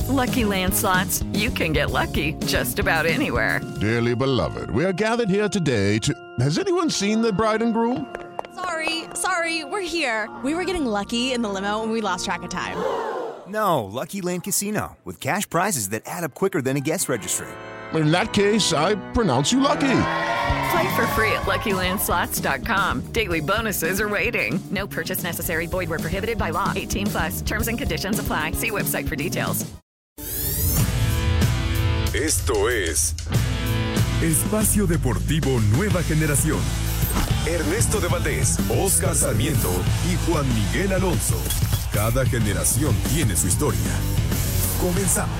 Lucky Land Slots, you can get lucky just about anywhere. Dearly beloved, we are gathered here today to... Has anyone seen the bride and groom? Sorry, we're here. We were getting lucky in the limo and we lost track of time. No, Lucky Land Casino, with cash prizes that add up quicker than a guest registry. In that case, I pronounce you lucky. Play for free at LuckyLandSlots.com. Daily bonuses are waiting. No purchase necessary. Void where prohibited by law. 18+. Terms and conditions apply. See website for details. Esto es Espacio Deportivo Nueva Generación. Ernesto de Valdés, Oscar Sarmiento y Juan Miguel Alonso. Cada generación tiene su historia. Comenzamos.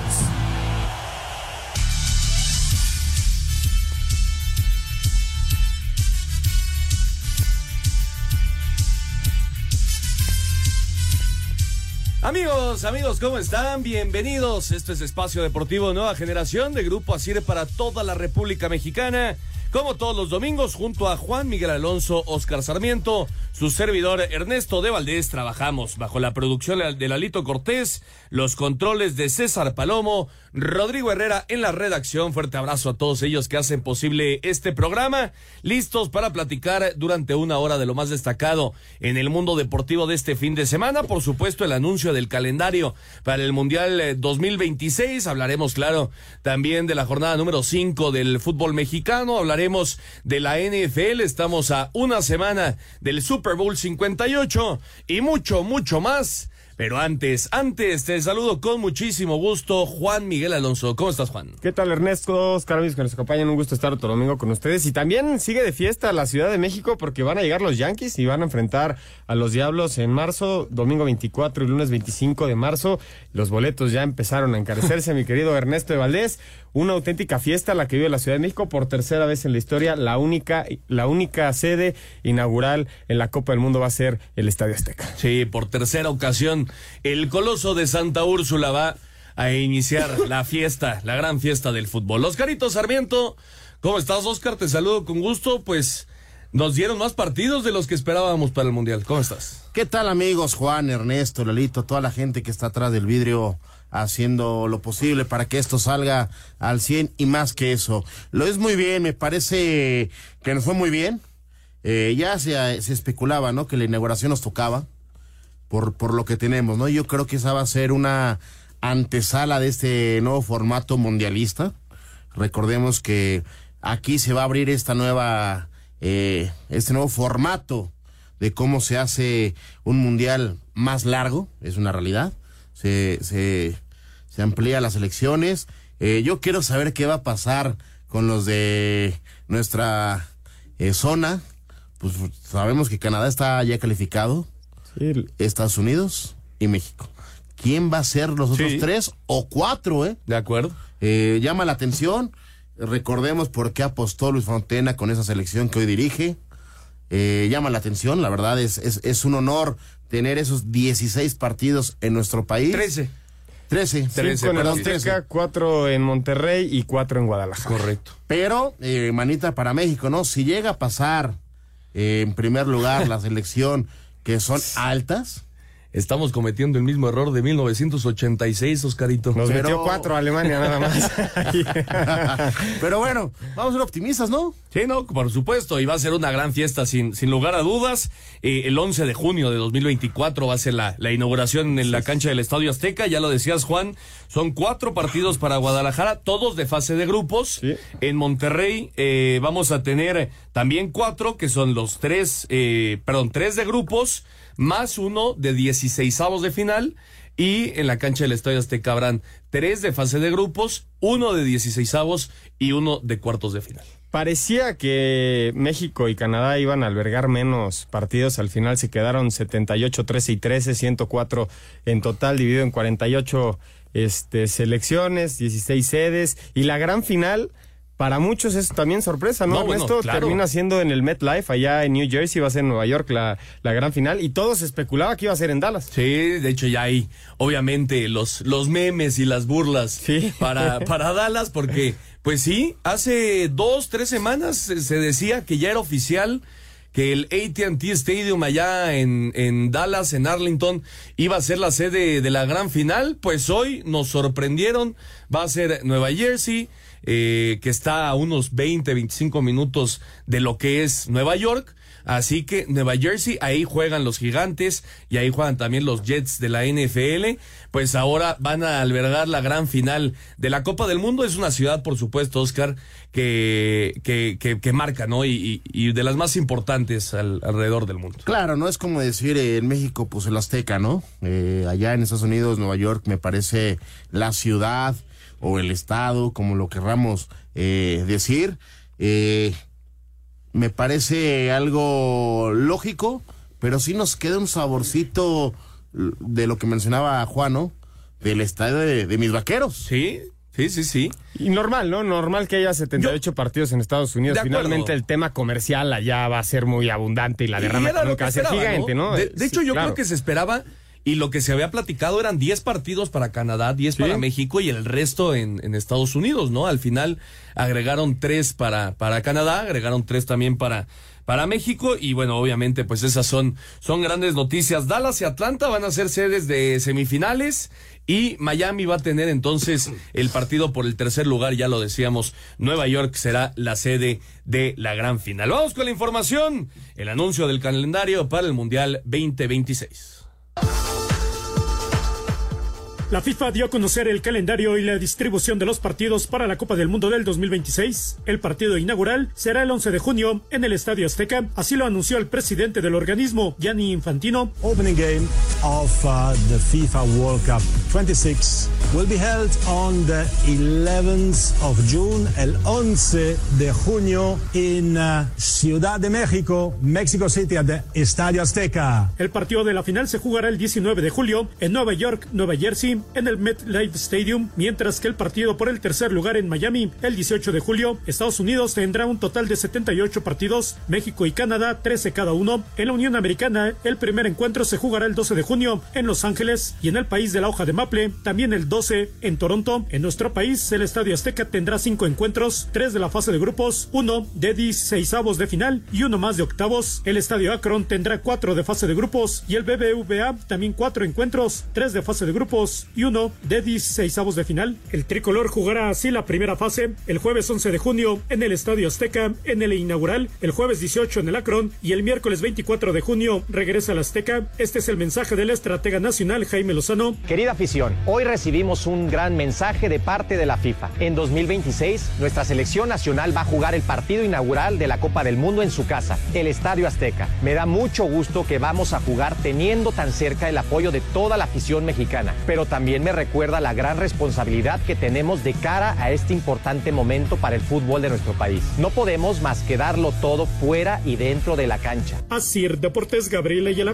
Amigos, ¿cómo están? Bienvenidos. Esto es Espacio Deportivo Nueva Generación de Grupo Asir para toda la República Mexicana. Como todos los domingos, junto a Juan Miguel Alonso, Oscar Sarmiento, su servidor Ernesto de Valdés, trabajamos bajo la producción de Lalito Cortés, los controles de César Palomo, Rodrigo Herrera en la redacción. Fuerte abrazo a todos ellos que hacen posible este programa. Listos para platicar durante una hora de lo más destacado en el mundo deportivo de este fin de semana. Por supuesto, el anuncio del calendario para el Mundial 2026. Hablaremos, claro, también de la jornada número 5 del fútbol mexicano. Hablaremos de la NFL. Estamos a una semana del Super Bowl 58 y mucho más. Pero antes, te saludo con muchísimo gusto, Juan Miguel Alonso. ¿Cómo estás, Juan? ¿Qué tal, Ernesto? Oscar, amigos que nos acompañan, un gusto estar otro domingo con ustedes. Y también sigue de fiesta la Ciudad de México porque van a llegar los Yankees y van a enfrentar a los Diablos en marzo, domingo 24 y lunes 25 de marzo. Los boletos ya empezaron a encarecerse, mi querido Ernesto de Valdés. Una auténtica fiesta la que vive la Ciudad de México por tercera vez en la historia. La única sede inaugural en la Copa del Mundo va a ser el Estadio Azteca. Sí, por tercera ocasión, el Coloso de Santa Úrsula va a iniciar la fiesta, la gran fiesta del fútbol. Oscarito Sarmiento, ¿cómo estás, Oscar? Te saludo con gusto, pues nos dieron más partidos de los que esperábamos para el Mundial. ¿Cómo estás? ¿Qué tal, amigos? Juan, Ernesto, Lalito, toda la gente que está atrás del vidrio haciendo lo posible para que esto salga al 100 y más que eso. Lo es muy bien, me parece que nos fue muy bien. Ya se especulaba, ¿no?, que la inauguración nos tocaba por lo que tenemos, ¿no? Yo creo que esa va a ser una antesala de este nuevo formato mundialista. Recordemos que aquí se va a abrir este nuevo formato de cómo se hace un mundial más largo, es una realidad. Se amplía las elecciones. Yo quiero saber qué va a pasar con los de nuestra zona. Pues sabemos que Canadá está ya calificado, sí. Estados Unidos y México. ¿Quién va a ser los otros 3 o 4? De acuerdo. Llama la atención. Recordemos por qué apostó Luis Fontena con esa selección que hoy dirige. Llama la atención, la verdad es un honor tener esos 16 partidos en nuestro país. 13. 13, en el Azteca, 4 en Monterrey y 4 en Guadalajara. Correcto. Pero, manita para México, ¿no? Si llega a pasar en primer lugar la selección, que son altas. Estamos cometiendo el mismo error de 1986, Oscarito. Nos metió 4 Alemania nada más. Pero bueno, vamos a ser optimistas, ¿no? Sí, no, por supuesto, y va a ser una gran fiesta sin lugar a dudas. El 11 de junio de 2024 va a ser la inauguración en la cancha del Estadio Azteca. Ya lo decías, Juan, son 4 partidos para Guadalajara, todos de fase de grupos. Sí. En Monterrey vamos a tener también 4, que son los 3 de grupos, más 1 de 16avos de final, y en la cancha del Estadio Azteca habrán 3 de fase de grupos, 1 de 16avos y 1 de cuartos de final. Parecía que México y Canadá iban a albergar menos partidos, al final se quedaron 78, 13 y 13, 104 en total, dividido en 48 selecciones, 16 sedes, y la gran final... Para muchos es también sorpresa, ¿no? Esto claro. Termina siendo en el MetLife, allá en New Jersey, va a ser en Nueva York la gran final, y todo se especulaba que iba a ser en Dallas. Sí, de hecho ya hay, obviamente, los memes y las burlas ¿sí? para Dallas, porque, pues sí, hace 2-3 semanas se decía que ya era oficial que el AT&T Stadium allá en Dallas, en Arlington, iba a ser la sede de la gran final. Pues hoy nos sorprendieron, va a ser Nueva Jersey, que está a unos 20-25 minutos de lo que es Nueva York. Así que Nueva Jersey, ahí juegan los Gigantes y ahí juegan también los Jets de la NFL. Pues ahora van a albergar la gran final de la Copa del Mundo. Es una ciudad, por supuesto, Oscar, que marca, ¿no? Y de las más importantes alrededor del mundo. Claro, no es como decir en México, pues el Azteca, ¿no? Allá en Estados Unidos, Nueva York, me parece la ciudad o el estado, como lo querramos decir. Me parece algo lógico, pero sí nos queda un saborcito de lo que mencionaba Juan, ¿no? Del estadio de mis Vaqueros. Sí. Y normal, ¿no? Normal que haya 78 partidos en Estados Unidos. Finalmente el tema comercial allá va a ser muy abundante y la derrama económica va a ser gigante, ¿no? De hecho, yo creo que se esperaba, y lo que se había platicado eran 10 partidos para Canadá, 10 para México y el resto en Estados Unidos, ¿no? Al final agregaron 3 para Canadá, agregaron 3 también para México, y bueno, obviamente pues esas son grandes noticias. Dallas y Atlanta van a ser sedes de semifinales y Miami va a tener entonces el partido por el tercer lugar, ya lo decíamos, Nueva York será la sede de la gran final. Vamos con la información, el anuncio del calendario para el Mundial 2026. La FIFA dio a conocer el calendario y la distribución de los partidos para la Copa del Mundo del 2026. El partido inaugural será el 11 de junio en el Estadio Azteca. Así lo anunció el presidente del organismo, Gianni Infantino. Opening game of the FIFA World Cup 26 will be held on the 11th of June, el 11 de junio en Ciudad de México, Mexico City, at the Estadio Azteca. El partido de la final se jugará el 19 de julio en Nueva York, Nueva Jersey, en el MetLife Stadium, mientras que el partido por el tercer lugar en Miami, el 18 de julio. Estados Unidos tendrá un total de 78 partidos, México y Canadá 13 cada uno. En la Unión Americana, el primer encuentro se jugará el 12 de junio en Los Ángeles, y en el país de la hoja de maple, también el 12 en Toronto. En nuestro país, el Estadio Azteca tendrá 5 encuentros, 3 de la fase de grupos, 1 de 16avos de final y 1 más de octavos. El Estadio Akron tendrá 4 de fase de grupos y el BBVA también 4 encuentros, 3 de fase de grupos y 1 de 16avos de final. El tricolor jugará así la primera fase el jueves 11 de junio en el Estadio Azteca en el inaugural, el jueves 18 en el Akron y el miércoles 24 de junio regresa al Azteca. Este es el mensaje del estratega nacional Jaime Lozano. Querida afición, hoy recibimos un gran mensaje de parte de la FIFA. En 2026, nuestra selección nacional va a jugar el partido inaugural de la Copa del Mundo en su casa, el Estadio Azteca. Me da mucho gusto que vamos a jugar teniendo tan cerca el apoyo de toda la afición mexicana, pero también me recuerda la gran responsabilidad que tenemos de cara a este importante momento para el fútbol de nuestro país. No podemos más que darlo todo fuera y dentro de la cancha. Asir Deportes, Gabriel Ayala.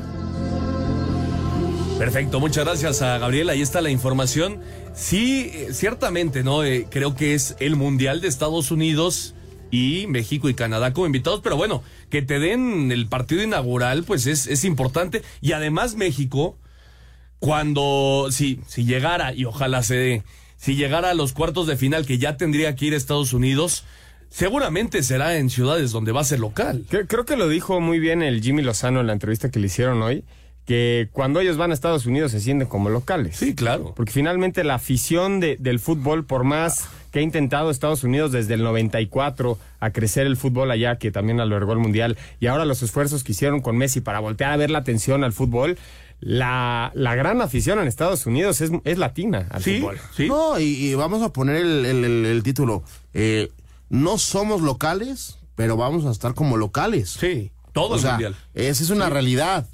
Perfecto, muchas gracias a Gabriel, ahí está la información. Sí, ciertamente, ¿no? Creo que es el Mundial de Estados Unidos y México y Canadá como invitados, pero bueno, que te den el partido inaugural, pues es importante. Y además México, cuando, si llegara, y ojalá se dé, si llegara a los cuartos de final, que ya tendría que ir a Estados Unidos, seguramente será en ciudades donde va a ser local. Creo que lo dijo muy bien el Jimmy Lozano en la entrevista que le hicieron hoy, que cuando ellos van a Estados Unidos se sienten como locales. Sí, claro. Porque finalmente la afición del fútbol, por más que ha intentado Estados Unidos desde el 94 a crecer el fútbol allá, que también albergó el Mundial, y ahora los esfuerzos que hicieron con Messi para voltear a ver la atención al fútbol, la gran afición en Estados Unidos es latina al fútbol. Sí. No, y vamos a poner el título. No somos locales, pero vamos a estar como locales. Sí, todo el Mundial. Esa es una realidad.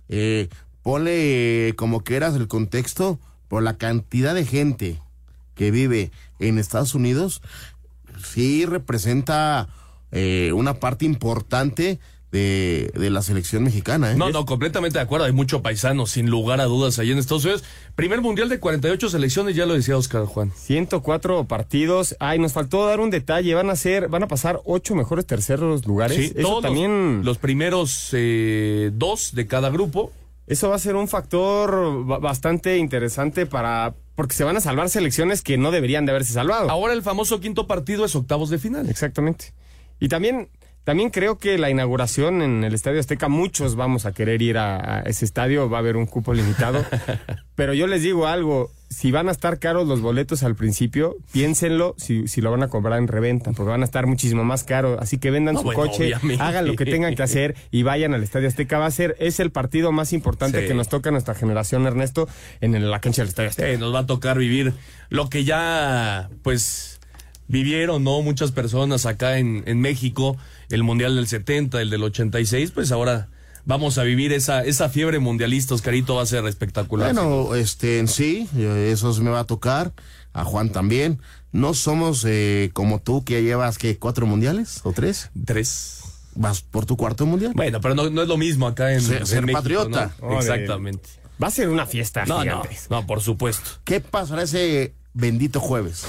Ponle como quieras el contexto, por la cantidad de gente que vive en Estados Unidos, sí representa una parte importante de la selección mexicana. No, completamente de acuerdo. Hay mucho paisano, sin lugar a dudas, ahí en Estados Unidos. Primer Mundial de 48 selecciones, ya lo decía Oscar Juan. 104 partidos. Nos faltó dar un detalle. Van a pasar 8 mejores terceros lugares. Sí, eso todos también. Los primeros 2 de cada grupo. Eso va a ser un factor bastante interesante porque se van a salvar selecciones que no deberían de haberse salvado. Ahora el famoso quinto partido es octavos de final. Exactamente. Y también También creo que la inauguración en el Estadio Azteca, muchos vamos a querer ir a ese estadio, va a haber un cupo limitado. Pero yo les digo algo, si van a estar caros los boletos al principio, piénsenlo si lo van a comprar en reventa, porque van a estar muchísimo más caros. Así que vendan su coche, obviamente. Hagan lo que tengan que hacer y vayan al Estadio Azteca. Es el partido más importante que nos toca a nuestra generación, Ernesto, en la cancha del Estadio Azteca. Nos va a tocar vivir lo que ya, pues, vivieron, ¿no? Muchas personas acá en México, el Mundial del 70, el del 86, pues ahora vamos a vivir esa fiebre mundialista, Oscarito, va a ser espectacular. Bueno, sí, eso me va a tocar, a Juan también. No somos como tú, que ya llevas, ¿qué? ¿4 mundiales o 3? 3. ¿Vas por tu 4º mundial? Bueno, pero no es lo mismo acá en ser México, patriota. ¿no? Exactamente. Va a ser una fiesta gigante. No, por supuesto. ¿Qué pasará ese bendito jueves?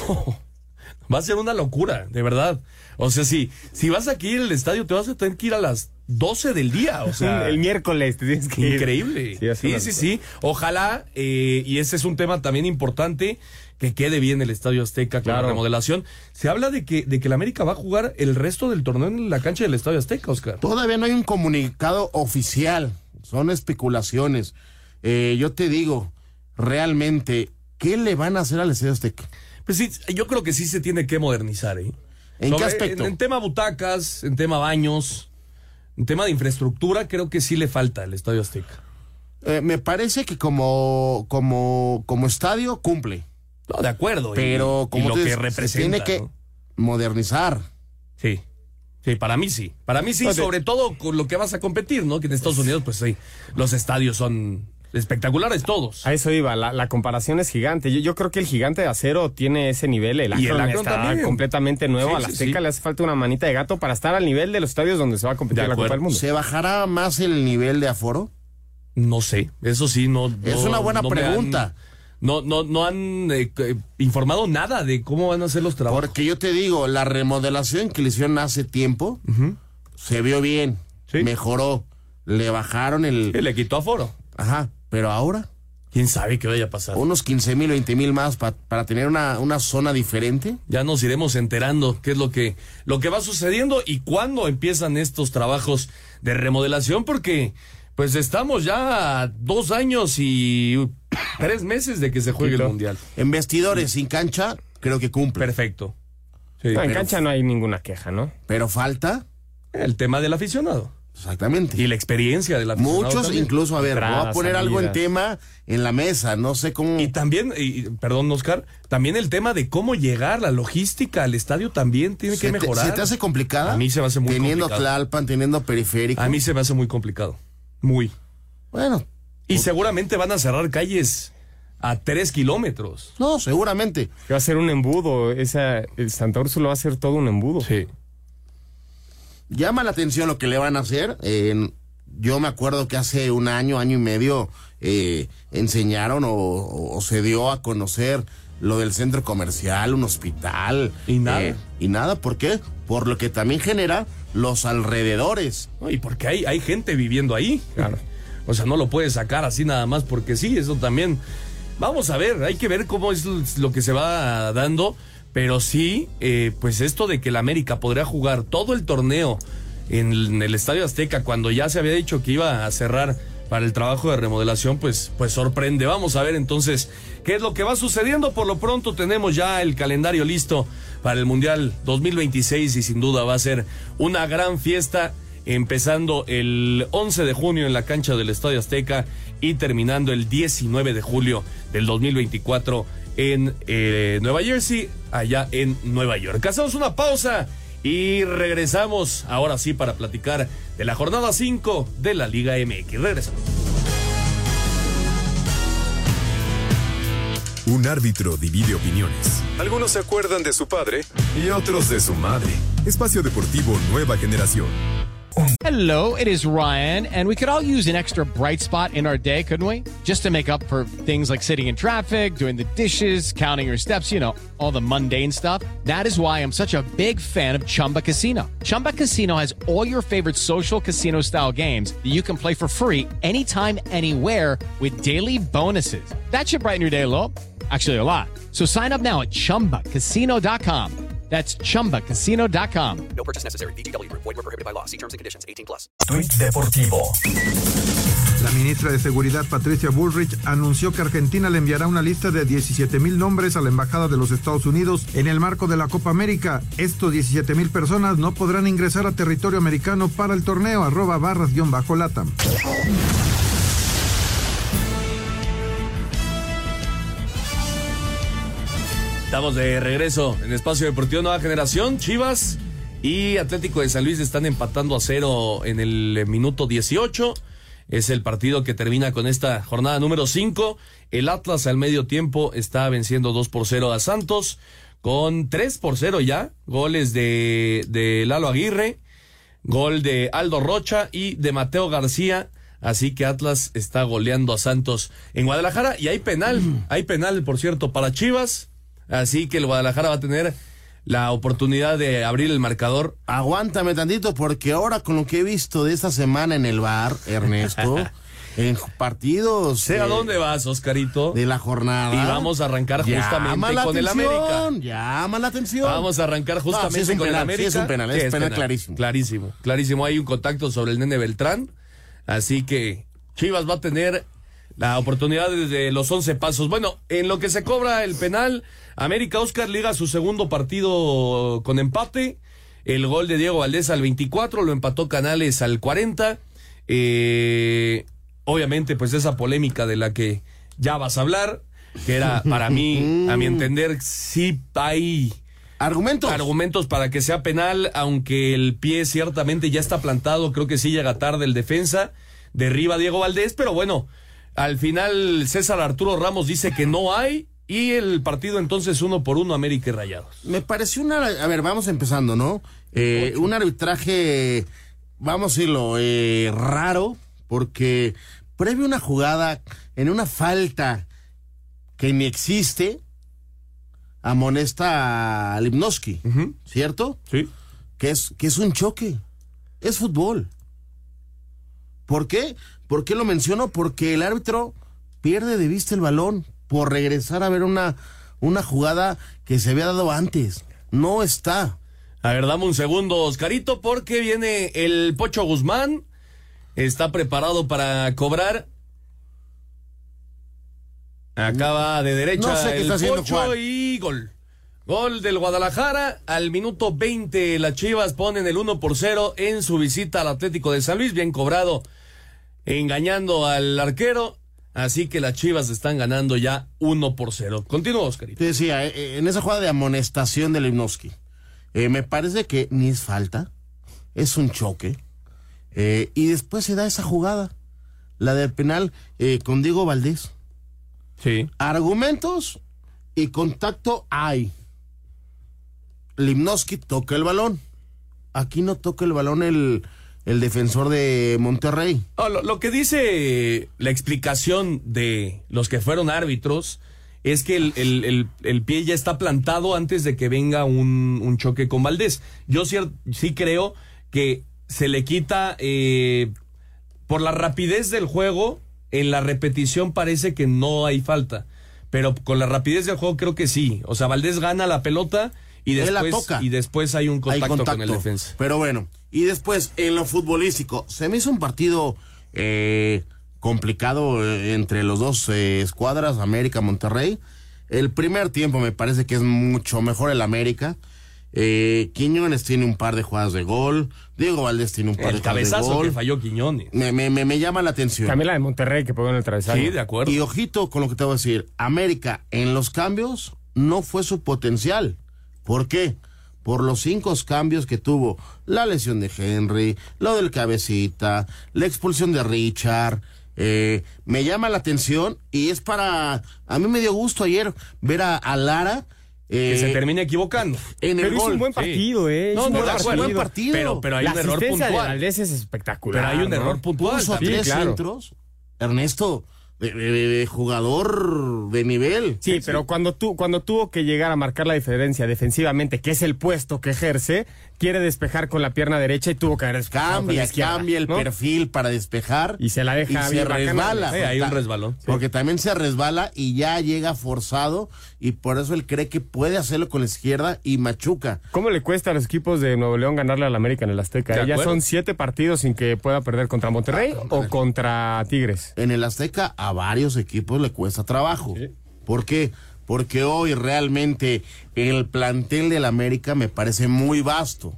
Va a ser una locura, de verdad. O sea, si vas aquí ir al estadio, te vas a tener que ir a las 12 del día. O sea, el miércoles te tienes que ir. Increíble. Sí. Ojalá, y ese es un tema también importante, que quede bien el Estadio Azteca con la remodelación. Se habla de que la América va a jugar el resto del torneo en la cancha del Estadio Azteca, Oscar. Todavía no hay un comunicado oficial. Son especulaciones. Yo te digo, realmente, ¿qué le van a hacer al Estadio Azteca? Pues sí, yo creo que sí se tiene que modernizar, ¿eh? ¿En qué aspecto? En tema butacas, en tema baños, en tema de infraestructura, creo que sí le falta al Estadio Azteca. Me parece que como estadio cumple. No, de acuerdo. Pero como lo que representa, se tiene que modernizar. Sí, para mí sí. Para mí sí, sobre todo con lo que vas a competir, ¿no? Que en Estados Unidos, pues sí, los estadios son espectaculares todos. A eso iba, la comparación es gigante. Yo creo que el Gigante de Acero tiene ese nivel. El Akron está también completamente nuevo. A la Azteca le hace falta una manita de gato para estar al nivel de los estadios donde se va a competir la Copa del Mundo. ¿Se bajará más el nivel de aforo? No sé, eso sí, no. Es una buena pregunta. No han informado nada de cómo van a ser los trabajos. Porque yo te digo, la remodelación que le hicieron hace tiempo se vio bien, mejoró, le bajaron le quitó aforo. Ajá, pero ahora, ¿quién sabe qué vaya a pasar? Unos 15,000, 20,000 más para tener una zona diferente. Ya nos iremos enterando qué es lo que va sucediendo y cuándo empiezan estos trabajos de remodelación, porque pues estamos ya a 2 años y 3 meses de que se juegue el Mundial. En vestidores sin cancha, creo que cumple. Perfecto. Sí, en cancha no hay ninguna queja, ¿no? Pero falta el tema del aficionado. Exactamente. Y la experiencia de la aficionado. Muchos también. Incluso, voy a poner algo en tema en la mesa, no sé cómo. Y también, perdón, Oscar, también el tema de cómo llegar, la logística al estadio también tiene que mejorar. ¿Se te hace complicada? A mí se me hace muy complicado. complicado. Teniendo Tlalpan, teniendo periférico. A mí se me hace muy complicado. Muy. Bueno. Y seguramente van a cerrar calles a 3 kilómetros. No, seguramente. Va a ser un embudo. El Santa Úrsula va a ser todo un embudo. Sí. Llama la atención lo que le van a hacer. Yo me acuerdo que hace un año y medio, enseñaron o se dio a conocer lo del centro comercial, un hospital. Y nada. Y nada, ¿por qué? Por lo que también genera los alrededores. Y porque hay gente viviendo ahí. Claro. O sea, no lo puedes sacar así nada más porque sí, eso también. Vamos a ver, hay que ver cómo es lo que se va dando. Pero sí, pues esto de que la América podría jugar todo el torneo en el Estadio Azteca cuando ya se había dicho que iba a cerrar para el trabajo de remodelación, pues sorprende. Vamos a ver entonces qué es lo que va sucediendo. Por lo pronto tenemos ya el calendario listo para el Mundial 2026 y sin duda va a ser una gran fiesta, empezando el 11 de junio en la cancha del Estadio Azteca y terminando el 19 de julio del 2024 en Nueva Jersey, allá en Nueva York. Hacemos una pausa y regresamos ahora sí para platicar de la jornada 5 de la Liga MX. Regresamos. Un árbitro divide opiniones. Algunos se acuerdan de su padre y otros de su madre. Espacio Deportivo Nueva Generación. Hello, it is Ryan, and we could all use an extra bright spot in our day, couldn't we? Just to make up for things like sitting in traffic, doing the dishes, counting your steps, all the mundane stuff. That is why I'm such a big fan of Chumba Casino. Chumba Casino has all your favorite social casino-style games that you can play for free anytime, anywhere with daily bonuses. That should brighten your day a little. Actually, a lot. So sign up now at ChumbaCasino.com. That's ChumbaCasino.com. No purchase necessary. VGW Group. Void where prohibited by law. See terms and conditions. 18+. Tuit deportivo. La ministra de Seguridad, Patricia Bullrich, anunció que Argentina le enviará una lista de 17,000 nombres a la Embajada de los Estados Unidos en el marco de la Copa América. Estos 17,000 personas no podrán ingresar a territorio americano para el torneo. @barras_latam. Estamos de regreso en Espacio Deportivo Nueva Generación. Chivas y Atlético de San Luis están empatando a 0 en el minuto 18. Es el partido que termina con esta jornada número 5. El Atlas al medio tiempo está venciendo 2-0 a Santos, con 3-0 ya. Goles de Lalo Aguirre, gol de Aldo Rocha y de Mateo García. Así que Atlas está goleando a Santos en Guadalajara. Y hay penal, por cierto, para Chivas. Así que el Guadalajara va a tener la oportunidad de abrir el marcador. Aguántame tantito, porque ahora con lo que he visto de esta semana en el bar, Ernesto, en partidos... Sé a dónde vas, Oscarito. De la jornada. Y vamos a arrancar justamente con el América. Llama la atención. Vamos a arrancar justamente con el América. Sí, es un penal, es penal clarísimo. Clarísimo. Hay un contacto sobre el Nene Beltrán. Así que Chivas va a tener la oportunidad desde los 11 pasos. Bueno, en lo que se cobra el penal, América, Oscar, liga su segundo partido con empate. El gol de Diego Valdés al 24, lo empató Canales al 40. Obviamente, pues esa polémica de la que ya vas a hablar, que era para mí, a mi entender, sí hay argumentos para que sea penal, aunque el pie ciertamente ya está plantado. Creo que sí llega tarde el defensa, derriba a Diego Valdés, pero bueno, al final César Arturo Ramos dice que no hay, y el partido entonces 1-1 América y Rayados. Me pareció a ver, vamos empezando, ¿no? Un arbitraje, vamos a decirlo, raro, porque previo a una jugada, en una falta que ni existe, amonesta a Lipnowski, ¿cierto? Sí. Que es un choque, es fútbol. ¿Por qué? ¿Por qué lo menciono? Porque el árbitro pierde de vista el balón por regresar a ver una jugada que se había dado antes. No está. A ver, dame un segundo, Oscarito, porque viene el Pocho Guzmán. Está preparado para cobrar. Acaba de derecha, no sé qué está haciendo Pocho, Juan. Y gol. Gol del Guadalajara. Al minuto 20, las Chivas ponen el 1-0 en su visita al Atlético de San Luis. Bien cobrado, engañando al arquero. Así que las Chivas están ganando ya 1-0. Continúa, Oscarito. Te decía, en esa jugada de amonestación de Lipnowski, me parece que ni es falta, es un choque. Y después se da esa jugada, la del penal con Diego Valdés. Sí. Argumentos y contacto hay. Lipnowski toca el balón. Aquí no toca el balón el defensor de Monterrey. Lo que dice la explicación de los que fueron árbitros es que el pie ya está plantado antes de que venga un choque con Valdés. Yo sí creo que se le quita por la rapidez del juego. En la repetición parece que no hay falta, pero con la rapidez del juego creo que sí. O sea, Valdés gana la pelota y después hay un contacto con el defensa. Pero bueno, y después en lo futbolístico se me hizo un partido complicado entre los dos escuadras, América, Monterrey. El primer tiempo me parece que es mucho mejor el América. Quiñones tiene un par de jugadas de gol, Diego Valdés tiene un par de jugadas de gol. El cabezazo que falló Quiñones. Me llama la atención. También la de Monterrey que pegó en el travesaño. Sí, de acuerdo. Y ojito con lo que te voy a decir, América en los cambios no fue su potencial. ¿Por qué? Por los 5 cambios que tuvo, la lesión de Henry, lo del Cabecita, la expulsión de Richard. Me llama la atención y es a mí me dio gusto ayer ver a Lara que se termina equivocando. Pero hizo un buen partido, No, un buen partido. Pero hay un error puntual. La asistencia de Valdés es espectacular. Pero hay un error puntual. Puso 3 centros. Ernesto, de jugador de nivel. Sí, pero cuando tuvo que llegar a marcar la diferencia defensivamente, que es el puesto que ejerce, quiere despejar con la pierna derecha y tuvo que haber despejado con la izquierda, cambia el perfil para despejar y se la deja y se resbala. Hay un resbalón. Porque también se resbala y ya llega forzado y por eso él cree que puede hacerlo con la izquierda y machuca. ¿Cómo le cuesta a los equipos de Nuevo León ganarle al América en el Azteca? Ya son 7 partidos sin que pueda perder contra Monterrey o contra Tigres. En el Azteca a varios equipos le cuesta trabajo. ¿Sí? ¿Por qué? Porque hoy realmente el plantel del América me parece muy vasto.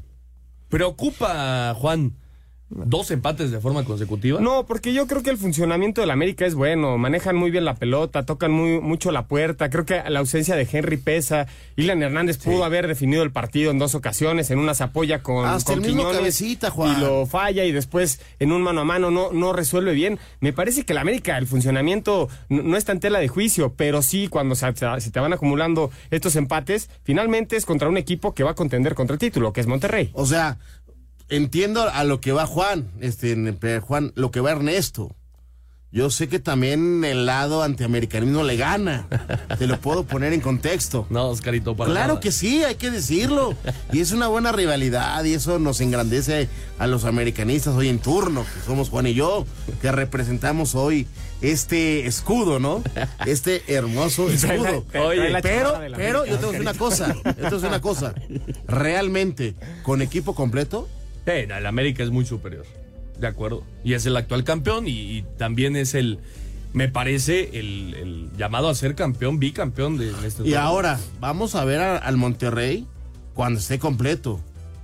¿Preocupa, Juan, 2 empates de forma consecutiva? No, porque yo creo que el funcionamiento del América es bueno, manejan muy bien la pelota, tocan mucho la puerta, creo que la ausencia de Henry pesa, Ilan Hernández pudo haber definido el partido en 2 ocasiones, en una se apoya con el Quiñones mismo Cabecita, Juan. Y lo falla y después en un mano a mano no resuelve bien. Me parece que el América, el funcionamiento no está en tela de juicio, pero sí cuando se te van acumulando estos empates, finalmente es contra un equipo que va a contender contra el título, que es Monterrey. O sea, entiendo a lo que va Juan, Juan, lo que va Ernesto. Yo sé que también el lado antiamericanismo le gana. Te lo puedo poner en contexto. No, Oscarito, para Claro nada. que sí, hay que decirlo. Y es una buena rivalidad y eso nos engrandece a los americanistas hoy en turno, que somos Juan y yo, que representamos hoy este escudo, ¿no? Este hermoso escudo. Oye, pero yo te voy a decir una cosa. Realmente, con equipo completo, el América es muy superior. De acuerdo. Y es el actual campeón y también es me parece, el llamado a ser campeón, bicampeón de este torneo. Y ahora, vamos a ver al Monterrey cuando esté completo.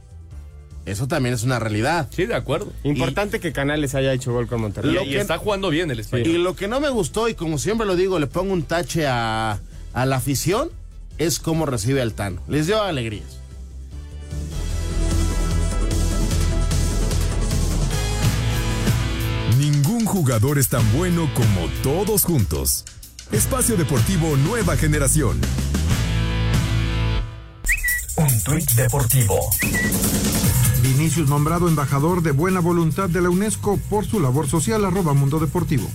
Eso también es una realidad. Sí, de acuerdo. Importante que Canales haya hecho gol con Monterrey. Y está jugando bien el español. Y lo que no me gustó, y como siempre lo digo, le pongo un tache a la afición, es cómo recibe al Tano. Les dio alegrías. Ningún jugador es tan bueno como todos juntos. Espacio Deportivo Nueva Generación. Un tuit deportivo. Vinicius nombrado embajador de buena voluntad de la UNESCO por su labor social, @Mundo Deportivo.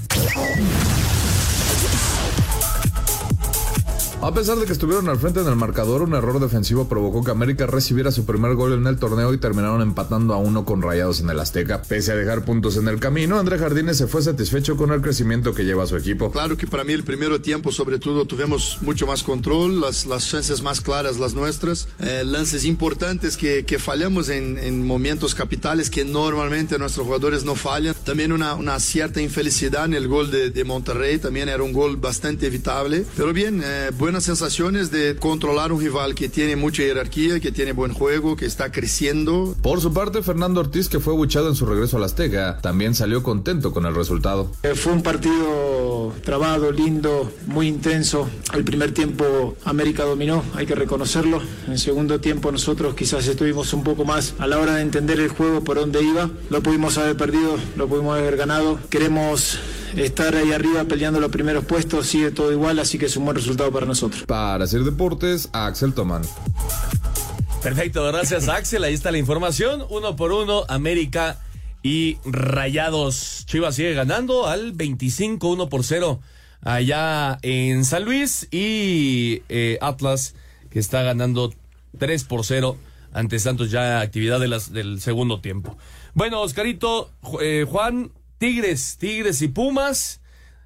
A pesar de que estuvieron al frente en el marcador, un error defensivo provocó que América recibiera su primer gol en el torneo y terminaron empatando a 1 con Rayados en el Azteca. Pese a dejar puntos en el camino, André Jardines se fue satisfecho con el crecimiento que lleva su equipo. Claro que para mí el primer tiempo, sobre todo, tuvimos mucho más control, las chances más claras las nuestras, lances importantes que fallamos en momentos capitales que normalmente nuestros jugadores no fallan. También una cierta infelicidad en el gol de Monterrey, también era un gol bastante evitable, pero bien, buenas sensaciones de controlar un rival que tiene mucha jerarquía, que tiene buen juego, que está creciendo. Por su parte, Fernando Ortiz, que fue abuchado en su regreso al Azteca, también salió contento con el resultado. Fue un partido trabado, lindo, muy intenso. El primer tiempo América dominó, hay que reconocerlo. En el segundo tiempo nosotros quizás estuvimos un poco más a la hora de entender el juego por dónde iba. Lo pudimos haber perdido, lo pudimos haber ganado. Queremos estar ahí arriba peleando los primeros puestos, sigue todo igual, así que es un buen resultado para nosotros. Para Sir Deportes, Axel Tomán. Perfecto, gracias Axel, ahí está la información, 1-1, América y Rayados. Chivas sigue ganando al 25, 1-0 allá en San Luis y Atlas que está ganando 3-0 ante Santos, ya actividad del segundo tiempo. Bueno, Oscarito, Juan, Tigres y Pumas,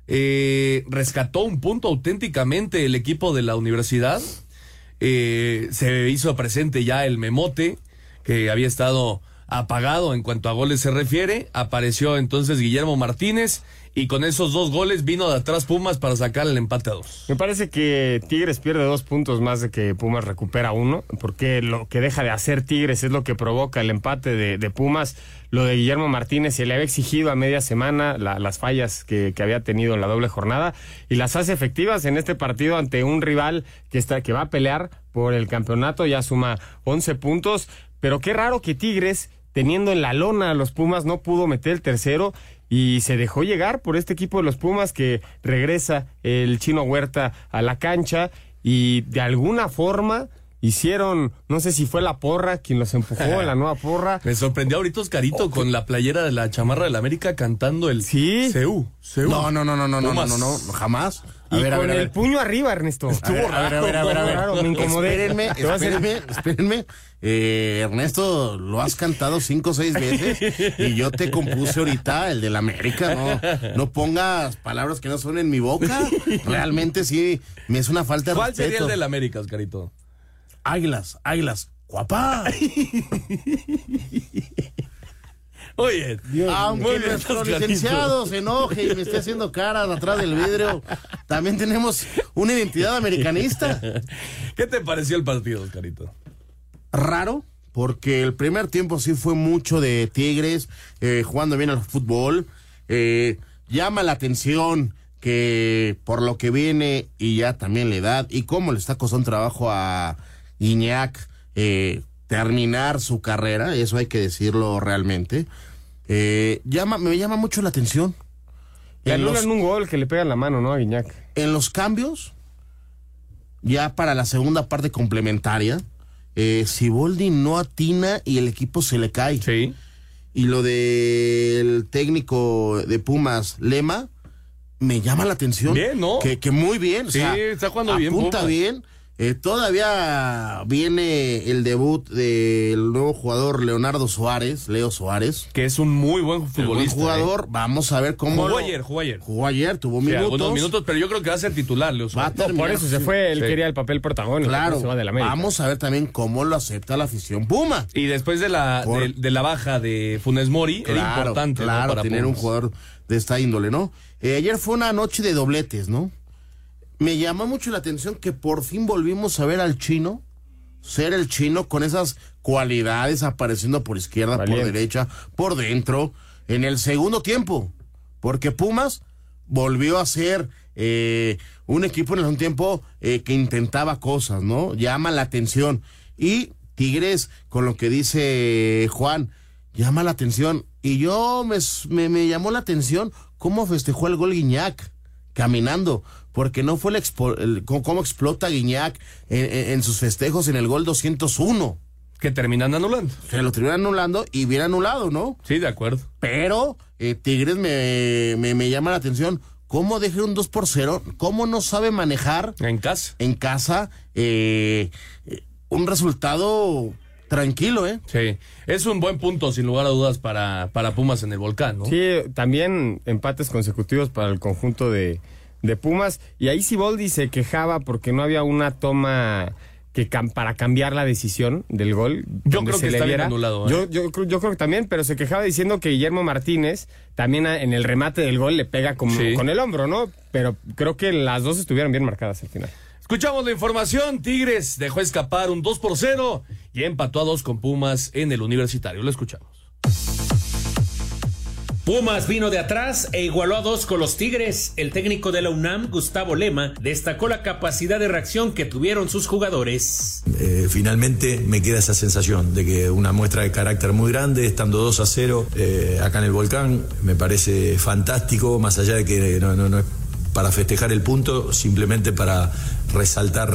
rescató un punto auténticamente el equipo de la universidad. Se hizo presente ya el Memote, que había estado apagado en cuanto a goles se refiere. Apareció entonces Guillermo Martínez y con esos 2 goles vino de atrás Pumas para sacar el empate a 2. Me parece que Tigres pierde 2 puntos más de que Pumas recupera 1, porque lo que deja de hacer Tigres es lo que provoca el empate de Pumas. Lo de Guillermo Martínez se le había exigido a media semana las fallas que había tenido en la doble jornada y las hace efectivas en este partido ante un rival que va a pelear por el campeonato. Ya suma 11 puntos, pero qué raro que Tigres, teniendo en la lona a los Pumas, no pudo meter el tercero y se dejó llegar por este equipo de los Pumas, que regresa el Chino Huerta a la cancha y de alguna forma hicieron, no sé si fue la porra quien los empujó, la nueva porra. Me sorprendió ahorita Oscarito con la playera de la chamarra del América cantando el CU. No, jamás. A ver, el puño arriba, Ernesto. Estuvo raro. Me incomodé. Espérenme. Ernesto, lo has cantado 5 o 6 veces y yo te compuse ahorita el del América. No pongas palabras que no son en mi boca. Realmente sí, me es una falta de respeto. ¿Cuál sería el del América, Oscarito? Águilas, guapá. Oye, aunque nuestro licenciado se enoje y me esté haciendo caras atrás del vidrio, también tenemos una identidad americanista. ¿Qué te pareció el partido, Oscarito? Raro, porque el primer tiempo sí fue mucho de Tigres, jugando bien al fútbol. Llama la atención que por lo que viene y ya también la edad y cómo le está costando trabajo a Gignac terminar su carrera, eso hay que decirlo realmente. Me llama mucho la atención. Le anulan un gol que le pega en la mano, ¿no? A Gignac. En los cambios, ya para la segunda parte complementaria, Siboldi no atina y el equipo se le cae. Sí. Y lo del técnico de Pumas, Lema, me llama la atención. Bien, ¿no? Que muy bien. Sí, está jugando bien. Apunta bien. Todavía viene el debut del nuevo jugador Leo Suárez. Que es un muy buen futbolista. Buen jugador, vamos a ver cómo... Jugó ayer, tuvo minutos. 2 minutos, pero yo creo que va a ser titular, Leo Suárez. Por eso se fue, él quería el papel protagónico. Claro, se va del América. Vamos a ver también cómo lo acepta la afición Puma. Y después de la baja de Funes Mori, era importante. Claro, ¿no? Para tener Pumas. un jugador de esta índole, ¿no? Ayer fue una noche de dobletes, ¿no? Me llamó mucho la atención que por fin volvimos a ver al Chino, ser el Chino con esas cualidades apareciendo por izquierda, por derecha, por dentro, en el segundo tiempo. Porque Pumas volvió a ser un equipo en el segundo tiempo que intentaba cosas, ¿no? Llama la atención. Y Tigres, con lo que dice Juan, llama la atención. Y yo me llamó la atención cómo festejó el gol Gignac, caminando, porque no fue cómo explota Gignac en sus festejos en el gol 201. Que terminan anulando. Que lo terminan anulando y bien anulado, ¿no? Sí, de acuerdo. Pero Tigres me llama la atención cómo deja un 2-0, cómo no sabe manejar en casa un resultado tranquilo, ¿eh? Sí, es un buen punto, sin lugar a dudas, para Pumas en el Volcán, ¿no? Sí, también empates consecutivos para el conjunto de Pumas. Y ahí Siboldi se quejaba porque no había una toma para cambiar la decisión del gol. Yo creo que está bien anulado. Yo creo que también, pero se quejaba diciendo que Guillermo Martínez también en el remate del gol le pega con el hombro, ¿no? Pero creo que las dos estuvieron bien marcadas al final. Escuchamos la información. Tigres dejó escapar un 2-0 y empató a 2 con Pumas en el Universitario. Lo escuchamos. Pumas vino de atrás e igualó a 2 con los Tigres. El técnico de la UNAM, Gustavo Lema, destacó la capacidad de reacción que tuvieron sus jugadores. Finalmente me queda esa sensación de que una muestra de carácter muy grande, estando 2-0 acá en el Volcán, me parece fantástico, más allá de que no es para festejar el punto, simplemente para resaltar,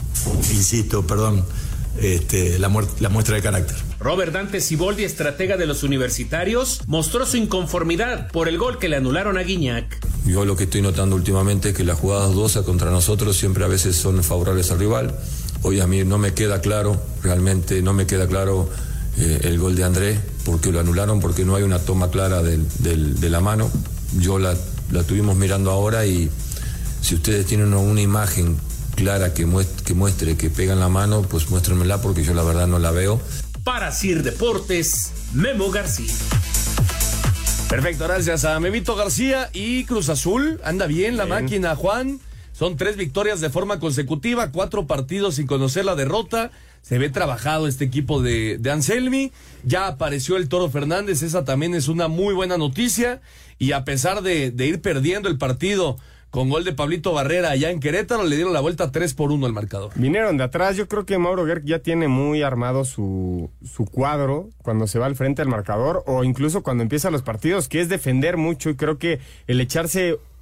la muestra de carácter. Robert Dante Siboldi, estratega de los universitarios, mostró su inconformidad por el gol que le anularon a Gignac. Yo lo que estoy notando últimamente es que las jugadas dudosas contra nosotros siempre a veces son favorables al rival. Hoy a mí no me queda claro, realmente no me queda claro el gol de André, porque lo anularon, porque no hay una toma clara de la mano. Yo la estuvimos mirando ahora y si ustedes tienen una imagen clara que muestre que pegan la mano, pues muéstrenmela porque yo la verdad no la veo. Para CIR Deportes, Memo García. Perfecto, gracias a Memito García. Y Cruz Azul, anda bien la máquina, Juan. Son 3 victorias de forma consecutiva, 4 partidos sin conocer la derrota. Se ve trabajado este equipo de Anselmi. Ya apareció el Toro Fernández, esa también es una muy buena noticia. Y a pesar de ir perdiendo el partido con gol de Pablito Barrera allá en Querétaro, le dieron la vuelta 3-1 al marcador. Vinieron de atrás. Yo creo que Mauro Gerg ya tiene muy armado su cuadro cuando se va al frente del marcador o incluso cuando empiezan los partidos, que es defender mucho, y creo que el echarse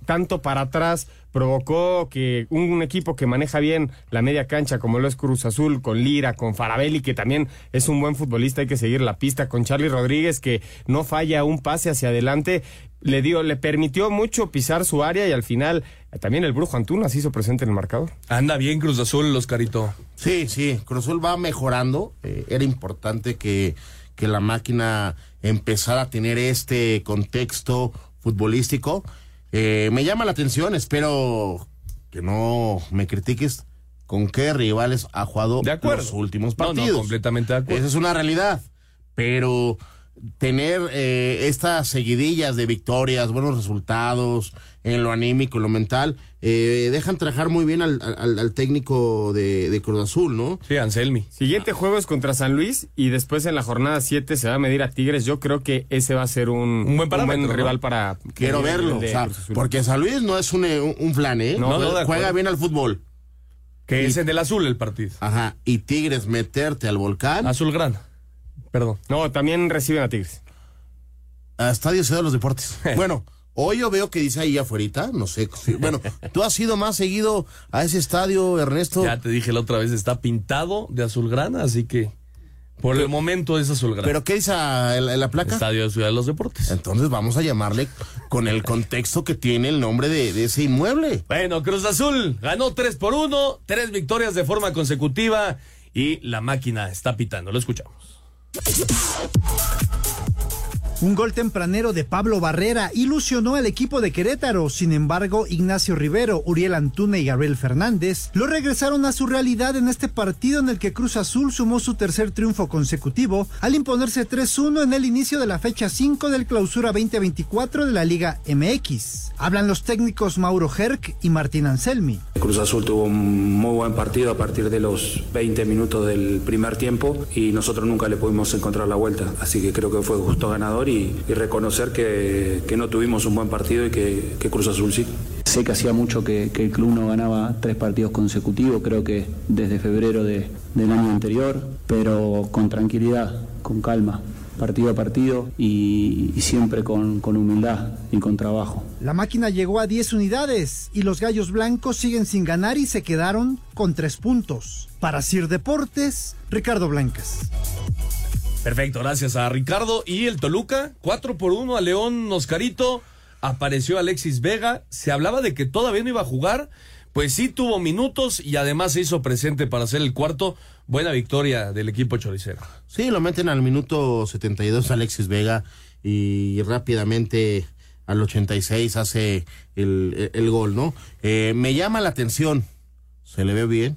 tanto para atrás, provocó que un equipo que maneja bien la media cancha, como lo es Cruz Azul, con Lira, con Farabelli, que también es un buen futbolista, hay que seguir la pista, con Charly Rodríguez, que no falla un pase hacia adelante, le permitió mucho pisar su área, y al final también el Brujo Antuna se hizo presente en el marcador. Anda bien Cruz Azul, Oscarito. Sí, Cruz Azul va mejorando. Era importante que la máquina empezara a tener este contexto futbolístico. Me llama la atención, espero que no me critiques, con qué rivales ha jugado los últimos partidos. No, completamente de acuerdo. Esa es una realidad, pero tener estas seguidillas de victorias, buenos resultados en lo anímico, en lo mental, dejan trabajar muy bien al técnico de Cruz Azul, ¿no? Sí, Anselmi. Siguiente juego es contra San Luis, y después en la jornada 7 se va a medir a Tigres. Yo creo que ese va a ser un buen rival para... Quiero verlo, porque San Luis no es un flan, ¿eh? No, juega bien al fútbol. Que es en el azul el partido. Ajá, y Tigres meterte al Volcán. Azulgrana. Perdón. No, también reciben a Tigres. A Estadio Ciudad de los Deportes. Bueno, hoy yo veo que dice ahí afuera, no sé. Bueno, tú has ido más seguido a ese estadio, Ernesto. Ya te dije la otra vez, está pintado de azulgrana, así que por el momento es azulgrana. ¿Pero qué dice la placa? Estadio Ciudad de los Deportes. Entonces vamos a llamarle con el contexto que tiene el nombre de ese inmueble. Bueno, Cruz Azul ganó 3-1, 3 victorias de forma consecutiva, y la máquina está pitando. Lo escuchamos. Un gol tempranero de Pablo Barrera ilusionó al equipo de Querétaro. Sin embargo, Ignacio Rivero, Uriel Antuna y Gabriel Fernández lo regresaron a su realidad en este partido, en el que Cruz Azul sumó su tercer triunfo consecutivo al imponerse 3-1 en el inicio de la fecha 5 del Clausura 2024 de la Liga MX. Hablan los técnicos Mauro Herc y Martín Anselmi. Cruz Azul tuvo un muy buen partido a partir de los 20 minutos del primer tiempo, y nosotros nunca le pudimos encontrar la vuelta, así que creo que fue justo ganador, y reconocer que no tuvimos un buen partido y que Cruz Azul sí. Sé que hacía mucho que el club no ganaba 3 partidos consecutivos, creo que desde febrero del año anterior, pero con tranquilidad, con calma, partido a partido, y siempre con humildad y con trabajo. La máquina llegó a 10 unidades y los Gallos Blancos siguen sin ganar y se quedaron con 3 puntos. Para Sir Deportes, Ricardo Blancas. Perfecto, gracias a Ricardo. Y el Toluca, 4-1 a León, Oscarito. Apareció Alexis Vega. Se hablaba de que todavía no iba a jugar. Pues sí, tuvo minutos y además se hizo presente para hacer el cuarto. Buena victoria del equipo choricero. Sí, lo meten al minuto 72 Alexis Vega, y rápidamente al 86 hace el gol, ¿no? Me llama la atención, se le ve bien.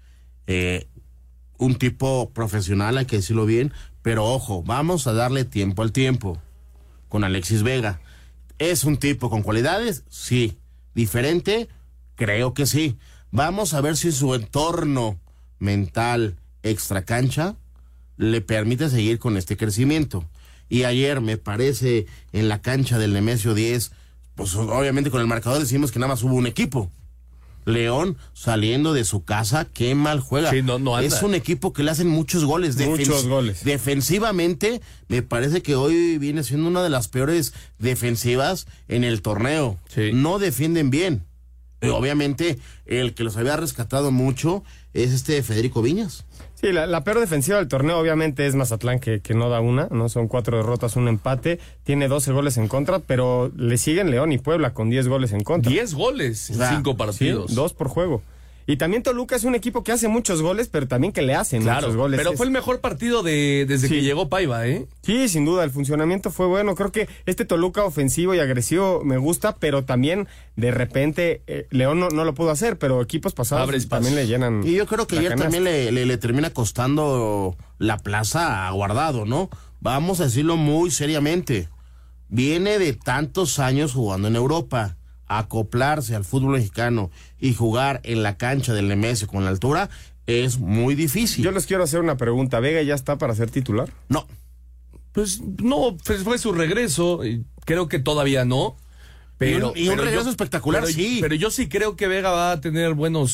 Un tipo profesional, hay que decirlo bien. Pero ojo, vamos a darle tiempo al tiempo con Alexis Vega. ¿Es un tipo con cualidades? Sí. ¿Diferente? Creo que sí. Vamos a ver si su entorno mental extracancha le permite seguir con este crecimiento. Y ayer, me parece, en la cancha del Nemesio 10, pues obviamente con el marcador decimos que nada más hubo un equipo. León saliendo de su casa, qué mal juega. Sí, no anda. Es un equipo que le hacen muchos goles. Goles. Defensivamente, me parece que hoy viene siendo una de las peores defensivas en el torneo. Sí. No defienden bien. Obviamente, el que los había rescatado mucho es Federico Viñas. Sí, la peor defensiva del torneo obviamente es Mazatlán, que no da una, ¿no? Son 4 derrotas, un empate, tiene 12 goles en contra, pero le siguen León y Puebla con 10 goles en contra. 10 goles en 5 partidos. Sí, 2 por juego. Y también Toluca es un equipo que hace muchos goles, pero también que le hacen muchos goles. Pero fue el mejor partido desde que llegó Paiva, ¿eh? Sí, sin duda, el funcionamiento fue bueno. Creo que este Toluca ofensivo y agresivo me gusta, pero también de repente León no lo pudo hacer, pero equipos pasados también le llenan. Y yo creo que ayer también le termina costando la plaza a Guardado, ¿no? Vamos a decirlo muy seriamente. Viene de tantos años jugando en Europa. Acoplarse al fútbol mexicano y jugar en la cancha del Nemesio con la altura es muy difícil. Yo les quiero hacer una pregunta. ¿Vega ya está para ser titular? No. Pues no, fue su regreso. Creo que todavía no. Pero, y un regreso espectacular, sí. Pero yo sí creo que Vega va a tener buenos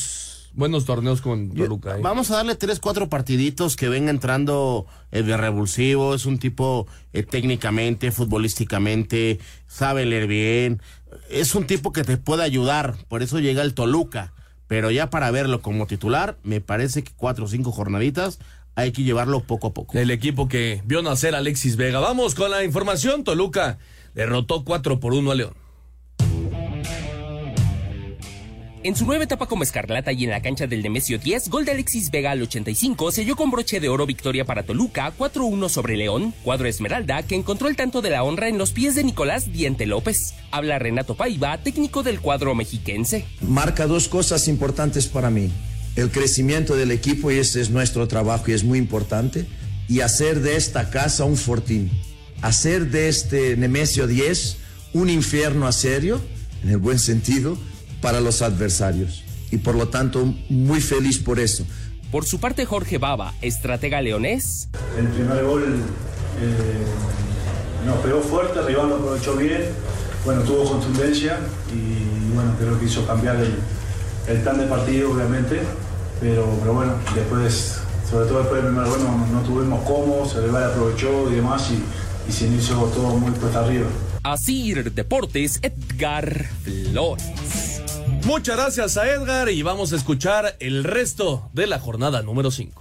buenos torneos con Toluca. Vamos a darle 3-4 partiditos que venga entrando de revulsivo. Es un tipo técnicamente, futbolísticamente, sabe leer bien. Es un tipo que te puede ayudar, por eso llega el Toluca. Pero ya para verlo como titular, me parece que 4 o 5 jornaditas hay que llevarlo poco a poco. El equipo que vio nacer a Alexis Vega. Vamos con la información. Toluca derrotó 4-1 a León. En su nueva etapa como escarlata y en la cancha del Nemesio 10, gol de Alexis Vega al 85 selló con broche de oro victoria para Toluca, 4-1 sobre León, cuadro esmeralda que encontró el tanto de la honra en los pies de Nicolás Diente López. Habla Renato Paiva, técnico del cuadro mexiquense. Marca 2 cosas importantes para mí: el crecimiento del equipo, y ese es nuestro trabajo y es muy importante, y hacer de esta casa un fortín, hacer de este Nemesio 10 un infierno a serio, en el buen sentido, para los adversarios, y por lo tanto muy feliz por eso. Por su parte, Jorge Baba, estratega leonés. El primer gol nos pegó fuerte, el rival lo aprovechó bien, bueno, tuvo contundencia y bueno, creo que hizo cambiar el plan de partido, obviamente, pero bueno, después, sobre todo después del primer gol no tuvimos cómo, el rival aprovechó y demás y se hizo todo muy puesta arriba. Asir Deportes, Edgar Flores. Muchas gracias a Edgar y vamos a escuchar el resto de la jornada número 5.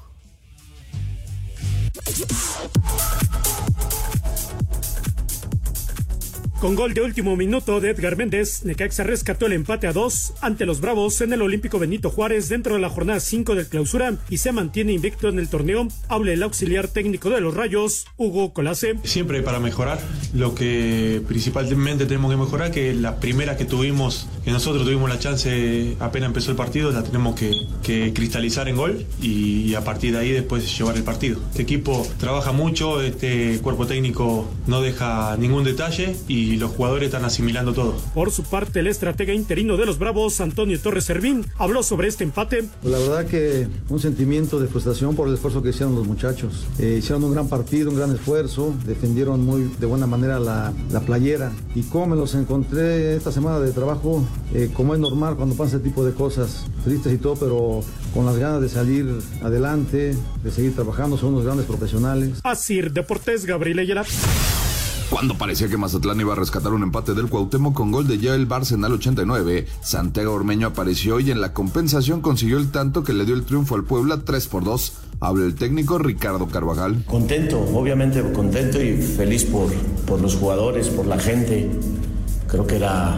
Con gol de último minuto de Edgar Méndez, Necaxa rescató el empate a 2 ante los Bravos en el Olímpico Benito Juárez dentro de la jornada 5 del Clausura y se mantiene invicto en el torneo. Habla el auxiliar técnico de los Rayos, Hugo Colase. Siempre hay para mejorar. Lo que principalmente tenemos que mejorar, que la primera que nosotros tuvimos la chance apenas empezó el partido, la tenemos que cristalizar en gol y a partir de ahí después llevar el partido. Este equipo trabaja mucho, este cuerpo técnico no deja ningún detalle y los jugadores están asimilando todo. Por su parte, el estratega interino de los Bravos, Antonio Torres Servín, habló sobre este empate. Pues la verdad que un sentimiento de frustración por el esfuerzo que hicieron los muchachos. Hicieron un gran partido, un gran esfuerzo, defendieron muy de buena manera la playera. Y como me los encontré esta semana de trabajo, como es normal cuando pasa este tipo de cosas, tristes y todo, pero con las ganas de salir adelante, de seguir trabajando, son unos grandes profesionales. Asir Deportes, Gabriel Ayala. Cuando parecía que Mazatlán iba a rescatar un empate del Cuauhtémoc con gol de Yael Bárcena al 89, Santiago Ormeño apareció y en la compensación consiguió el tanto que le dio el triunfo al Puebla 3-2. Habla el técnico Ricardo Carvajal. Contento, obviamente contento y feliz por los jugadores, por la gente. Creo que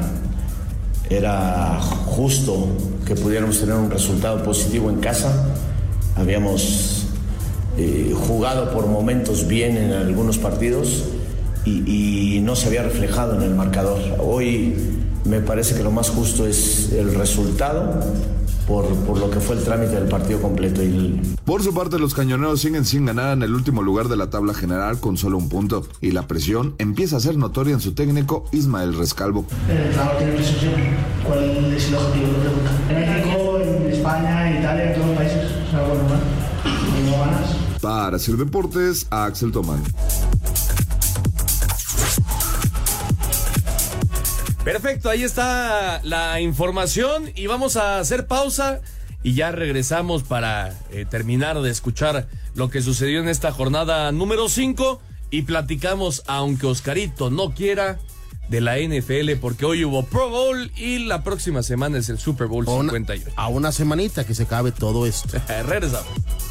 era justo que pudiéramos tener un resultado positivo en casa. Habíamos jugado por momentos bien en algunos partidos y no se había reflejado en el marcador. Hoy me parece que lo más justo es el resultado por lo que fue el trámite del partido completo. Por su parte, los cañoneros siguen sin ganar en el último lugar de la tabla general con solo un punto, y la presión empieza a ser notoria en su técnico Ismael Rescalvo. El entrenador tiene presión. ¿Cuál es el objetivo de la pregunta? En México, en España, en Italia, en todos los países es algo normal. No ganas. Para Sir Deportes, Axel Tomán. Perfecto, ahí está la información y vamos a hacer pausa y ya regresamos para terminar de escuchar lo que sucedió en esta jornada número 5 y platicamos, aunque Oscarito no quiera, de la NFL porque hoy hubo Pro Bowl y la próxima semana es el Super Bowl 58. A una semanita que se acabe todo esto. Regresamos.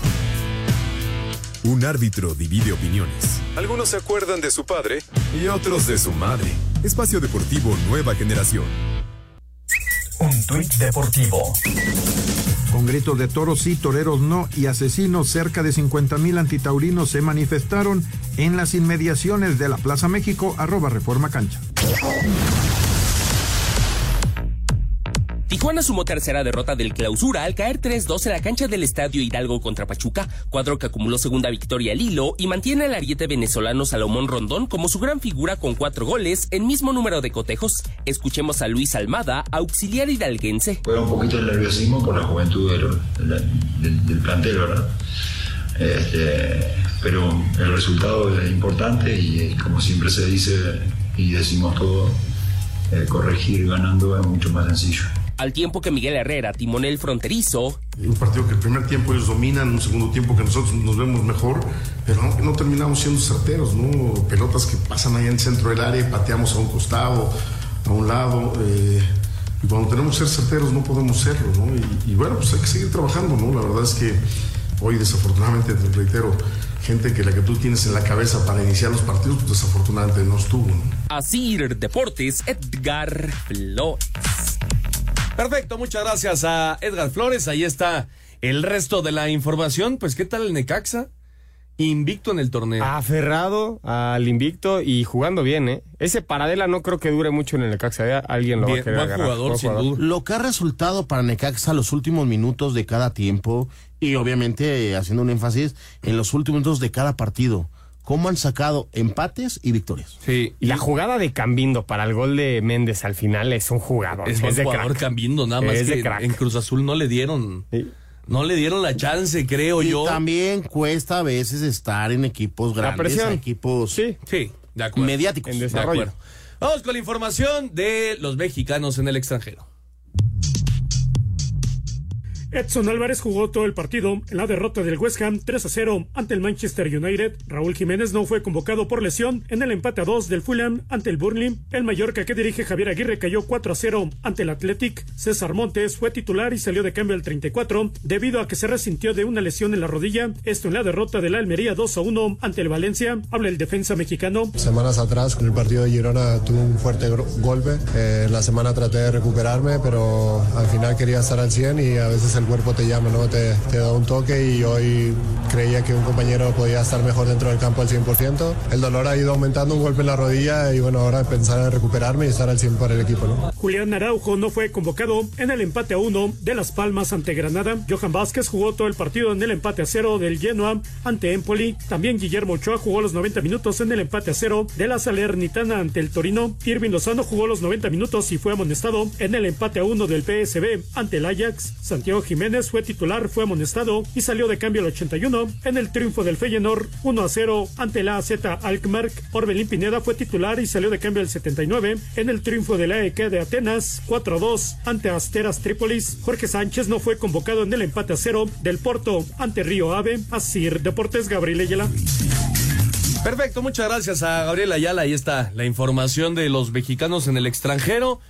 Un árbitro divide opiniones. Algunos se acuerdan de su padre y otros de su madre. Espacio Deportivo Nueva Generación. Un tuit deportivo. Con gritos de toros sí, toreros no y asesinos, cerca de 50,000 antitaurinos se manifestaron en las inmediaciones de la Plaza México, @Reforma Cancha. Tijuana sumó tercera derrota del Clausura al caer 3-2 en la cancha del Estadio Hidalgo contra Pachuca, cuadro que acumuló segunda victoria al hilo y mantiene al ariete venezolano Salomón Rondón como su gran figura con 4 goles en mismo número de cotejos. Escuchemos a Luis Almada, auxiliar hidalguense. Fue un poquito el nerviosismo por la juventud del plantel, ¿verdad? Pero el resultado es importante y como siempre se dice y decimos todo, corregir ganando es mucho más sencillo. Al tiempo que Miguel Herrera, timonel fronterizo. Un partido que el primer tiempo ellos dominan, un segundo tiempo que nosotros nos vemos mejor, pero no terminamos siendo certeros, ¿no? Pelotas que pasan ahí en el centro del área, pateamos a un costado, a un lado, y cuando tenemos que ser certeros no podemos serlo, ¿no? Y bueno, pues hay que seguir trabajando, ¿no? La verdad es que hoy desafortunadamente, te reitero, gente que la que tú tienes en la cabeza para iniciar los partidos, pues desafortunadamente no estuvo, ¿no? Asir Deportes, Edgar Flores. Perfecto, muchas gracias a Edgar Flores. Ahí está el resto de la información. Pues, ¿qué tal el Necaxa? Invicto en el torneo. Aferrado al invicto y jugando bien, ¿eh? Ese Paradela no creo que dure mucho en el Necaxa. Alguien lo va a querer agarrar. Jugador, sin duda. Lo que ha resultado para Necaxa los últimos minutos de cada tiempo y obviamente haciendo un énfasis en los últimos minutos de cada partido. Cómo han sacado empates y victorias. Sí. Y la jugada de Cambindo para el gol de Méndez al final es un jugador. Es de jugador crack. Cambindo, nada más que en Cruz Azul no le dieron... Sí. No le dieron la chance, creo yo. Y también cuesta a veces estar en equipos grandes, equipos de acuerdo. Mediáticos. En desarrollo. De acuerdo. Vamos con la información de los mexicanos en el extranjero. Edson Álvarez jugó todo el partido en la derrota del West Ham 3-0 ante el Manchester United. Raúl Jiménez no fue convocado por lesión en el empate a 2 del Fulham ante el Burnley. El Mallorca que dirige Javier Aguirre cayó 4-0 ante el Athletic. César Montes fue titular y salió de cambio al 34 debido a que se resintió de una lesión en la rodilla. Esto en la derrota de la Almería 2-1 ante el Valencia. Habla el defensa mexicano. Semanas atrás con el partido de Girona tuve un fuerte golpe. La semana traté de recuperarme, pero al final quería estar al 100 y a veces el cuerpo te llama, ¿no? Te da un toque y hoy creía que un compañero podía estar mejor dentro del campo al 100%. El dolor ha ido aumentando, un golpe en la rodilla y bueno, ahora pensar en recuperarme y estar al 100 para el equipo, ¿no? Julián Araujo no fue convocado en el empate a 1 de Las Palmas ante Granada. Johan Vázquez jugó todo el partido en el empate a 0 del Genoa ante Empoli. También Guillermo Ochoa jugó los 90 minutos en el empate a 0 de la Salernitana ante el Torino. Irving Lozano jugó los 90 minutos y fue amonestado en el empate a 1 del PSV ante el Ajax. Santiago Jiménez fue titular, fue amonestado y salió de cambio al 81 en el triunfo del Feyenoord 1-0 ante la AZ Alkmaar. Orbelín Pineda fue titular y salió de cambio al 79 en el triunfo del AEK de Atenas 4-2 ante Asteras Trípolis. Jorge Sánchez no fue convocado en el empate a 0 del Porto ante Río Ave. Asir Deportes, Gabriel Ayala. Perfecto, muchas gracias a Gabriel Ayala. Ahí está la información de los mexicanos en el extranjero.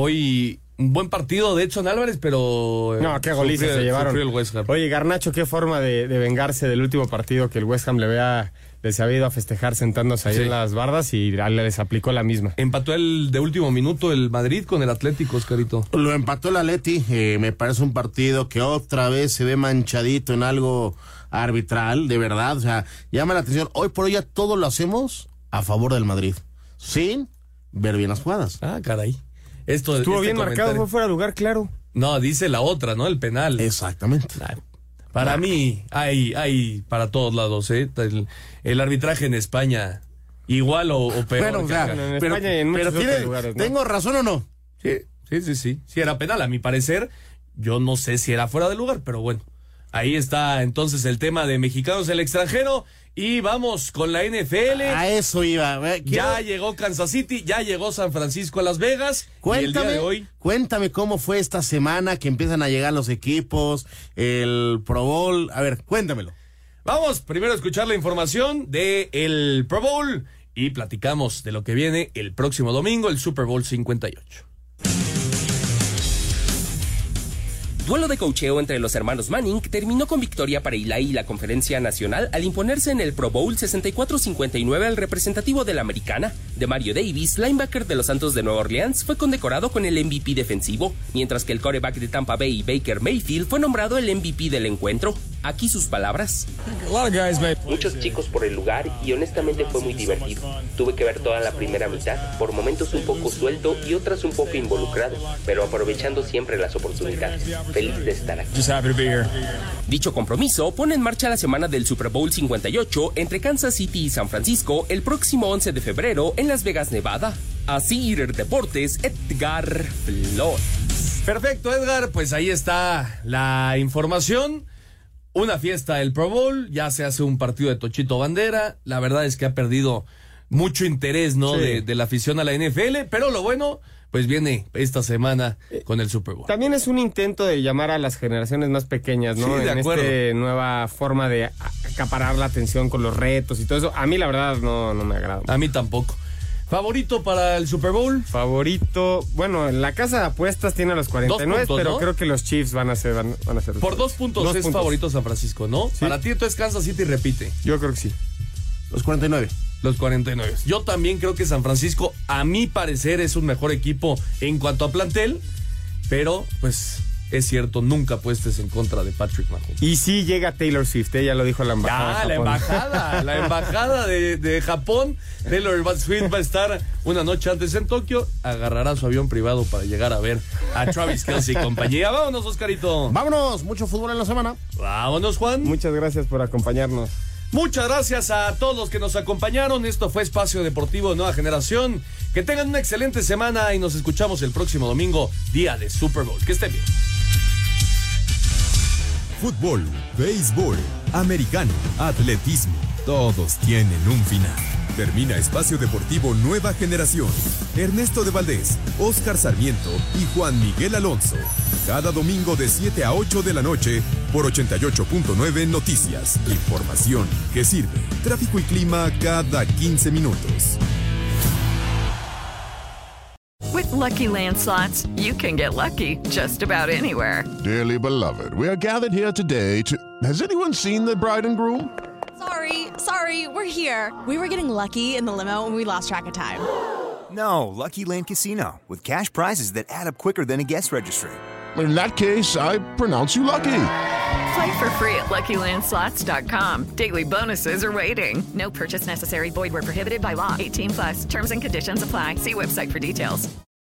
Hoy un buen partido de Edson Álvarez, pero... No, qué goliza se llevaron. El West Ham. Oye, Garnacho, qué forma de vengarse del último partido que el West Ham les había ido a festejar sentándose ahí en las bardas y les aplicó la misma. Empató el de último minuto el Madrid con el Atlético, Oscarito. Lo empató el Atleti. Me parece un partido que otra vez se ve manchadito en algo arbitral, de verdad. O sea, llama la atención. Hoy por hoy ya todo lo hacemos a favor del Madrid, sin ver bien las jugadas. Ah, caray. Estuvo bien marcado, fue fuera de lugar, claro. No, dice la otra, ¿no? El penal. Exactamente. Para mí, hay para todos lados, ¿eh? El arbitraje en España, igual o peor. Bueno, o sea, en España y en muchos otros lugares, ¿no? ¿Tengo razón o no? Sí. Sí era penal, a mi parecer. Yo no sé si era fuera de lugar, pero bueno. Ahí está entonces el tema de mexicanos en el extranjero. Y vamos con la NFL. A eso iba. Ya llegó Kansas City, ya llegó San Francisco a Las Vegas. Cuéntame, y el día de hoy... cuéntame cómo fue esta semana que empiezan a llegar los equipos, el Pro Bowl. A ver, cuéntamelo. Vamos primero a escuchar la información del Pro Bowl y platicamos de lo que viene el próximo domingo, el Super Bowl 58. Duelo de coacheo entre los hermanos Manning terminó con victoria para Eli y la Conferencia Nacional al imponerse en el Pro Bowl 64-59 al representativo de la Americana. Demario Davis, linebacker de los Santos de Nueva Orleans, fue condecorado con el MVP defensivo, mientras que el quarterback de Tampa Bay, Baker Mayfield, fue nombrado el MVP del encuentro. Aquí sus palabras. Muchos chicos por el lugar y honestamente fue muy divertido. Tuve que ver toda la primera mitad, por momentos un poco suelto y otras un poco involucrado, pero aprovechando siempre las oportunidades. Feliz de estar aquí. Dicho compromiso pone en marcha la semana del Super Bowl 58 entre Kansas City y San Francisco el próximo 11 de febrero en Las Vegas, Nevada. Asir Deportes, Edgar Flores. Perfecto, Edgar, pues ahí está la información. Una fiesta del Pro Bowl, ya se hace un partido de Tochito Bandera. La verdad es que ha perdido mucho interés, ¿no? Sí. De la afición a la NFL, pero lo bueno, pues viene esta semana con el Super Bowl. También es un intento de llamar a las generaciones más pequeñas, ¿no? Sí, de acuerdo. Esta nueva forma de acaparar la atención con los retos y todo eso. A mí la verdad no me agrada. A mí tampoco. ¿Favorito para el Super Bowl? Favorito, bueno, la casa de apuestas tiene a los 49, puntos, pero ¿no? creo que los Chiefs van a ser. Por 2 puntos es favorito San Francisco, ¿no? Sí. Para ti entonces Kansas City repite. Yo creo que sí. Los 49. Los 49. Yo también creo que San Francisco, a mi parecer, es un mejor equipo en cuanto a plantel, pero pues es cierto, nunca apuestes en contra de Patrick Mahomes. Y sí llega Taylor Swift, ya lo dijo la embajada. La embajada de Japón. Taylor Swift va a estar una noche antes en Tokio, agarrará su avión privado para llegar a ver a Travis Kelce y compañía. Vámonos, Oscarito. Vámonos, mucho fútbol en la semana. Vámonos, Juan. Muchas gracias por acompañarnos. Muchas gracias a todos los que nos acompañaron. Esto fue Espacio Deportivo Nueva Generación. Que tengan una excelente semana y nos escuchamos el próximo domingo, día de Super Bowl. Que estén bien. Fútbol, béisbol, americano, atletismo, todos tienen un final. Termina Espacio Deportivo Nueva Generación. Ernesto de Valdés, Óscar Sarmiento y Juan Miguel Alonso. Cada domingo de 7 a 8 de la noche por 88.9 Noticias. Información que sirve. Tráfico y clima cada 15 minutos. With Lucky Land Slots, you can get lucky just about anywhere. Dearly beloved, we are gathered here today to... Has anyone seen the bride and groom? Sorry, we're here. We were getting lucky in the limo and we lost track of time. No, Lucky Land Casino, with cash prizes that add up quicker than a guest registry. In that case, I pronounce you lucky. Play for free at LuckyLandSlots.com. Daily bonuses are waiting. No purchase necessary. Void where prohibited by law. 18+. Terms and conditions apply. See website for details.